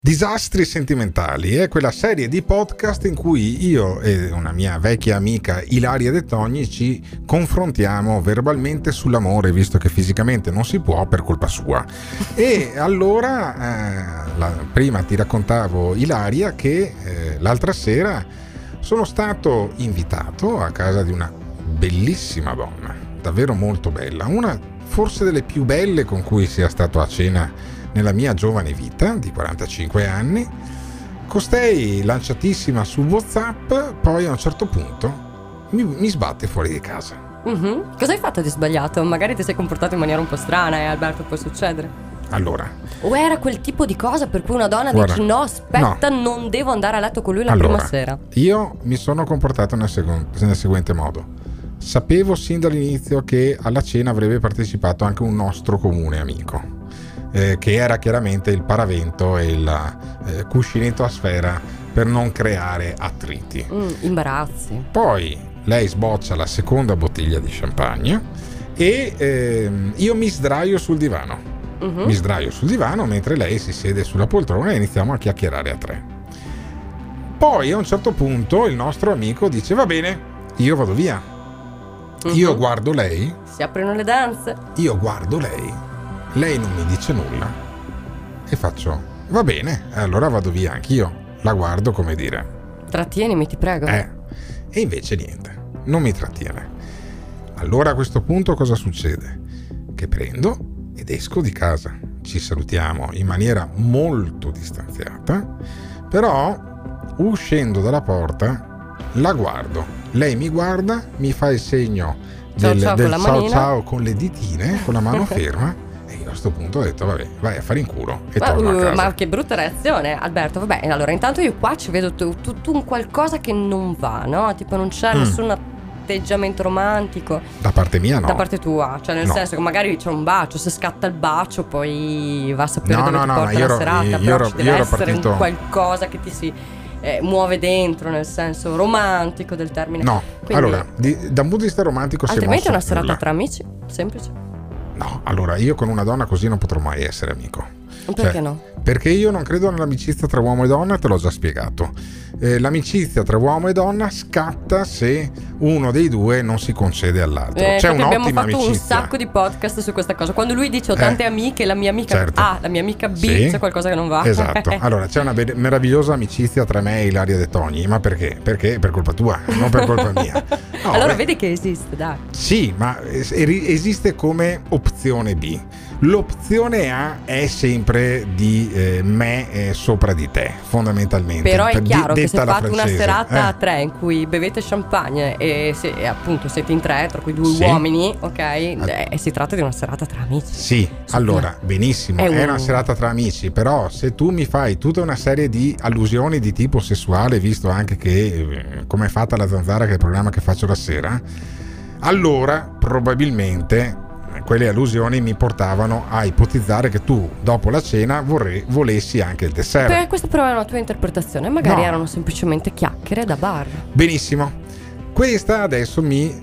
Disastri sentimentali è quella serie di podcast in cui io e una mia vecchia amica Ilaria De Togni ci confrontiamo verbalmente sull'amore, visto che fisicamente non si può per colpa sua. E allora prima ti raccontavo, Ilaria, che l'altra sera sono stato invitato a casa di una bellissima donna, davvero molto bella, una forse delle più belle con cui sia stato a cena nella mia giovane vita di 45 anni. Costei, lanciatissima su WhatsApp, poi a un certo punto mi sbatte fuori di casa. Cosa hai fatto di sbagliato? Magari ti sei comportato in maniera un po' strana, Alberto, può succedere. Allora, o era quel tipo di cosa per cui una donna dice no, aspetta, non devo andare a letto con lui la prima sera? Io mi sono comportato nel seguente modo. Sapevo sin dall'inizio che alla cena avrebbe partecipato anche un nostro comune amico, che era chiaramente il paravento e il cuscinetto a sfera per non creare attriti. Imbarazzi. Poi lei sboccia la seconda bottiglia di champagne e io mi sdraio sul divano. Mi sdraio sul divano mentre lei si siede sulla poltrona e iniziamo a chiacchierare a tre. Poi a un certo punto il nostro amico dice: va bene, io vado via. Io guardo lei. Si aprono le danze. Io guardo lei. Lei non mi dice nulla e faccio: va bene, allora vado via anch'io. La guardo come dire: trattienimi, ti prego. E invece niente, non mi trattiene. Allora a questo punto cosa succede? Che prendo ed esco di casa. Ci salutiamo in maniera molto distanziata, però uscendo dalla porta la guardo. Lei mi guarda, mi fa il segno del ciao con le ditine, con la mano ferma. A questo punto ho detto: vabbè, vai a fare in culo e torno a casa. Ma che brutta reazione, Alberto. Vabbè, allora intanto io qua ci vedo tutto un qualcosa che non va, no? Tipo non c'è nessun atteggiamento romantico da parte mia, no. Da parte tua, cioè nel senso che magari c'è un bacio, se scatta il bacio poi va a sapere dove ti porta la serata. Però ci deve essere un qualcosa che ti si muove dentro, nel senso romantico del termine. No, quindi, allora da un punto di vista romantico altrimenti è una serata tra amici, semplice. No, allora io con una donna così non potrò mai essere amico. Perché no? Perché io non credo nell'amicizia tra uomo e donna, te l'ho già spiegato. L'amicizia tra uomo e donna scatta se uno dei due non si concede all'altro. C'è un'ottima abbiamo fatto amicizia. Un sacco di podcast su questa cosa. Quando lui dice ho tante amiche, la mia amica A, la mia amica B, c'è qualcosa che non va. Esatto. Allora c'è una meravigliosa amicizia tra me e Ilaria De Togni. Ma perché? Perché per colpa tua, non per colpa mia. No, allora vedi che esiste, dai. Sì, ma esiste come opzione B. L'opzione A è sempre di me sopra di te, fondamentalmente. Però è chiaro che se fate una serata a tre in cui bevete champagne e appunto siete in tre, tra cui due uomini, ok? Si tratta di una serata tra amici. Sì, allora, benissimo, è una serata tra amici, però se tu mi fai tutta una serie di allusioni di tipo sessuale, visto anche che come è fatta la zanzara, che è il programma che faccio la sera, allora probabilmente quelle allusioni mi portavano a ipotizzare che tu dopo la cena volessi anche il dessert. Questa però è una tua interpretazione, magari erano semplicemente chiacchiere da bar. Benissimo, questa adesso mi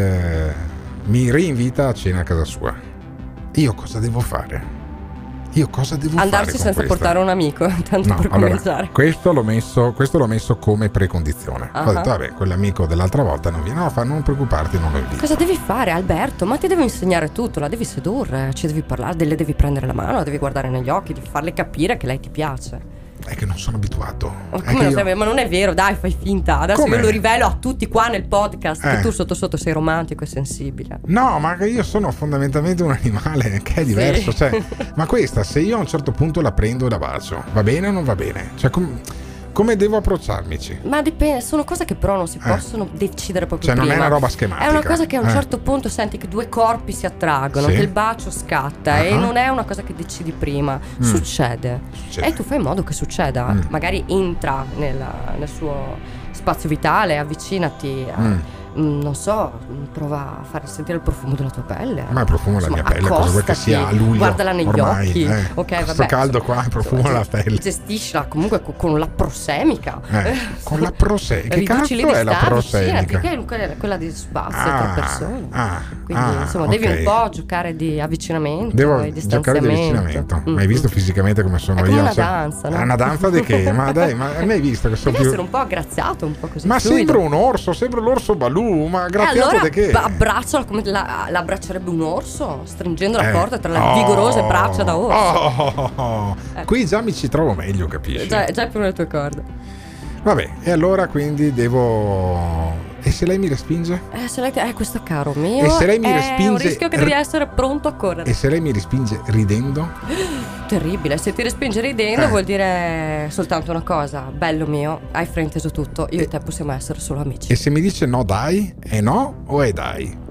rinvita a cena a casa sua. Io cosa devo fare? Andarci senza portare un amico, tanto per cominciare. Questo l'ho messo come precondizione. Ho detto vabbè, quell'amico dell'altra volta non viene. No, non preoccuparti, non lo invito. Cosa devi fare, Alberto? Ma ti devo insegnare tutto, la devi sedurre, ci devi parlare, le devi prendere la mano, la devi guardare negli occhi, devi farle capire che lei ti piace. È che non sono abituato. Ma non è vero, dai, fai finta. Adesso io lo rivelo a tutti qua nel podcast che tu sotto sei romantico e sensibile. No, ma io sono fondamentalmente un animale, che è diverso. Cioè, ma questa, se io a un certo punto la prendo e la bacio, va bene o non va bene? Cioè, come devo approcciarmici? Ma dipende, sono cose che però non si possono decidere proprio prima. Cioè non è una roba schematica. È una cosa che a un certo punto senti che due corpi si attraggono, che il bacio scatta e non è una cosa che decidi prima. Succede. E tu fai in modo che succeda. Magari entra nel suo spazio vitale, avvicinati non so, prova a far sentire il profumo della tua pelle. Ma il profumo della mia pelle, cosa vuoi che sia a luglio? Guardala negli ormai, occhi. Ok, vabbè. Sto caldo qua, il profumo della pelle. Gestiscila comunque con la prosemica. Con la prosemica? Che cazzo è la prosemica? Che è quella di spazio tra persone. Quindi insomma devi un po' giocare di avvicinamento. Devo e giocare di avvicinamento. Ma hai visto fisicamente come sono io? È una danza, no? È una danza di che? Ma dai, ma hai visto che sono devi essere un po' aggraziato, un po' così. Ma sembra un orso, sembra l'orso Balù, ma graziato allora, di che? Abbracciala come l'abbraccerebbe un orso, stringendo la corda tra le vigorose braccia da orso. Qui già mi ci trovo meglio, capisci? Già è più nelle tue corde. Vabbè, e allora quindi devo... E se lei mi respinge? Se lei questo è caro mio. E se lei mi respinge? È un rischio che devi essere pronto a correre. E se lei mi respinge ridendo? Terribile. Se ti respinge ridendo vuol dire soltanto una cosa: bello mio, hai frainteso tutto. Io e te possiamo essere solo amici. E se mi dice no dai? È no o è dai?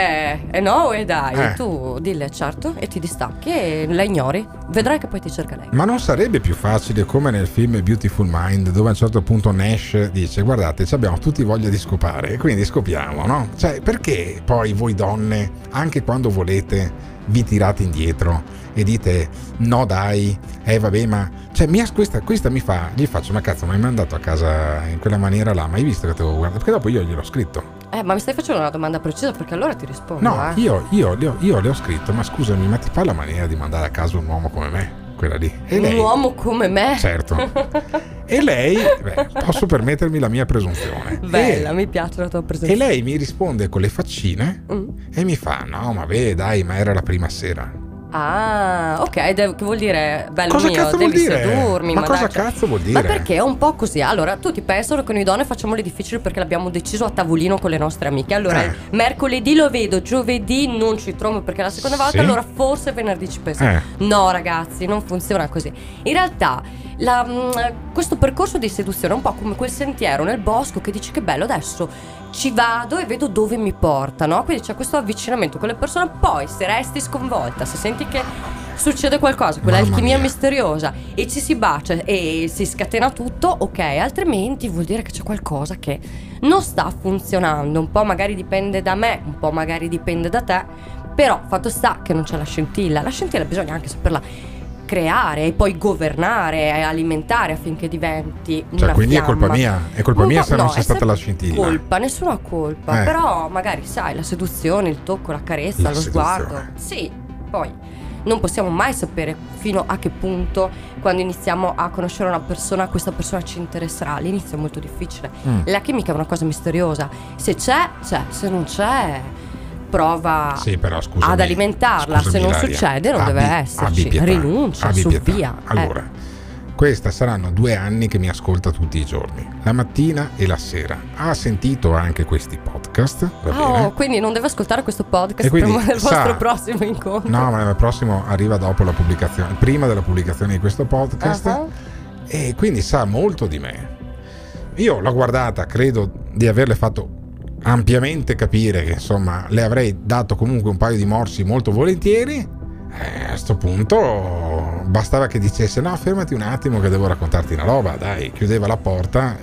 È no o è dai? Tu dille certo e ti distacchi e la ignori. Vedrai che poi ti cerca lei. Ma non sarebbe più facile come nel film Beautiful Mind, dove a un certo punto Nash dice: guardate, abbiamo tutti voglia di scopare e quindi scopiamo, no? Cioè, perché poi voi donne, anche quando volete, vi tirate indietro e dite no dai, vabbè, ma cioè questa mi fa, gli faccio: ma cazzo, mi hai mandato a casa in quella maniera là, ma hai visto che te lo guardo? Perché dopo io gliel'ho scritto. Ma mi stai facendo una domanda precisa, perché allora ti rispondo. No, io le ho scritto: ma scusami, ma ti fa la maniera di mandare a casa un uomo come me? Quella lì. E lei, uomo come me? Certo. E lei, posso permettermi la mia presunzione. Bella, mi piace la tua presunzione. E lei mi risponde con le faccine e mi fa: no, ma dai, ma era la prima sera. Ok, che vuol dire bello cosa mio, cazzo devi vuol dire? sedurmi. Ma cosa cazzo vuol dire? Ma perché è un po' così. Allora, tutti pensano che noi donne facciamo le difficili perché l'abbiamo deciso a tavolino con le nostre amiche. Allora, mercoledì lo vedo, giovedì non ci trovo perché è la seconda volta, allora forse venerdì ci penso. No, ragazzi, non funziona così. In realtà questo percorso di seduzione è un po' come quel sentiero nel bosco che dici: che bello, adesso ci vado e vedo dove mi porta, no? Quindi c'è questo avvicinamento con le persone. Poi se resti sconvolta, se senti che succede qualcosa, quell'alchimia misteriosa, e ci si bacia e si scatena tutto, ok. Altrimenti vuol dire che c'è qualcosa che non sta funzionando. Un po' magari dipende da me, un po' magari dipende da te, però fatto sta che non c'è la scintilla. La scintilla bisogna anche saperla creare e poi governare e alimentare affinché diventi una quindi fiamma. È colpa mia se non c'è stata la scintilla. Nessuno ha colpa, però magari sai, la seduzione, il tocco, la carezza, lo sguardo. Sì, poi non possiamo mai sapere fino a che punto, quando iniziamo a conoscere una persona, questa persona ci interesserà. All'inizio è molto difficile. La chimica è una cosa misteriosa. Se c'è, se non c'è, prova ad alimentarla. Se non succede, non deve esserci. Rinuncia, su via. Allora, questa saranno 2 anni che mi ascolta tutti i giorni, la mattina e la sera. Ha sentito anche questi podcast. Quindi non deve ascoltare questo podcast prima del vostro prossimo incontro. No, ma il prossimo arriva dopo la pubblicazione, prima della pubblicazione di questo podcast. E quindi sa molto di me. Io l'ho guardata, credo di averle fatto ampiamente capire che insomma le avrei dato comunque un paio di morsi molto volentieri. A sto punto bastava che dicesse: no, fermati un attimo che devo raccontarti una roba, dai, chiudeva la porta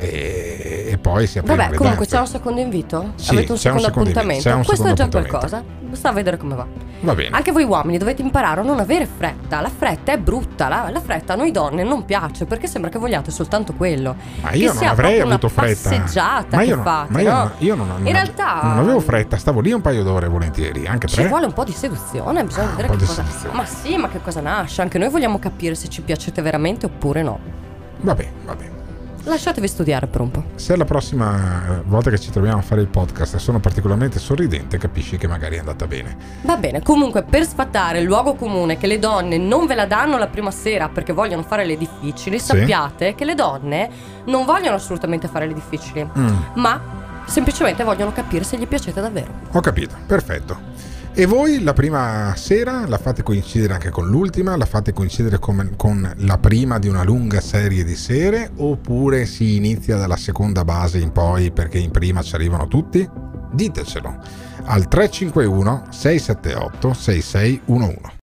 e poi si apriva. Vabbè, comunque c'è un secondo invito? Avete un secondo appuntamento? Questo è già qualcosa, sta a vedere come va. Va bene. Anche voi uomini dovete imparare a non avere fretta. La fretta è brutta, la fretta a noi donne non piace, perché sembra che vogliate soltanto quello. Ma io non avrei avuto fretta. Passeggiata che fate, io non in realtà non avevo fretta, stavo lì un paio d'ore volentieri, anche 3. Ci vuole un po' di seduzione, bisogna vedere che cosa. Ma sì, ma che cosa nasce? Anche noi vogliamo capire se ci piacete veramente oppure no. Va bene. Lasciatevi studiare per un po'. Se la prossima volta che ci troviamo a fare il podcast sono particolarmente sorridente, capisci che magari è andata bene. Va bene, comunque, per sfatare il luogo comune che le donne non ve la danno la prima sera perché vogliono fare le difficili, sappiate che le donne non vogliono assolutamente fare le difficili, ma semplicemente vogliono capire se gli piacete davvero. Ho capito, perfetto. E voi la prima sera la fate coincidere anche con l'ultima? La fate coincidere con la prima di una lunga serie di sere? Oppure si inizia dalla seconda base in poi perché in prima ci arrivano tutti? Ditecelo al 351 678 6611.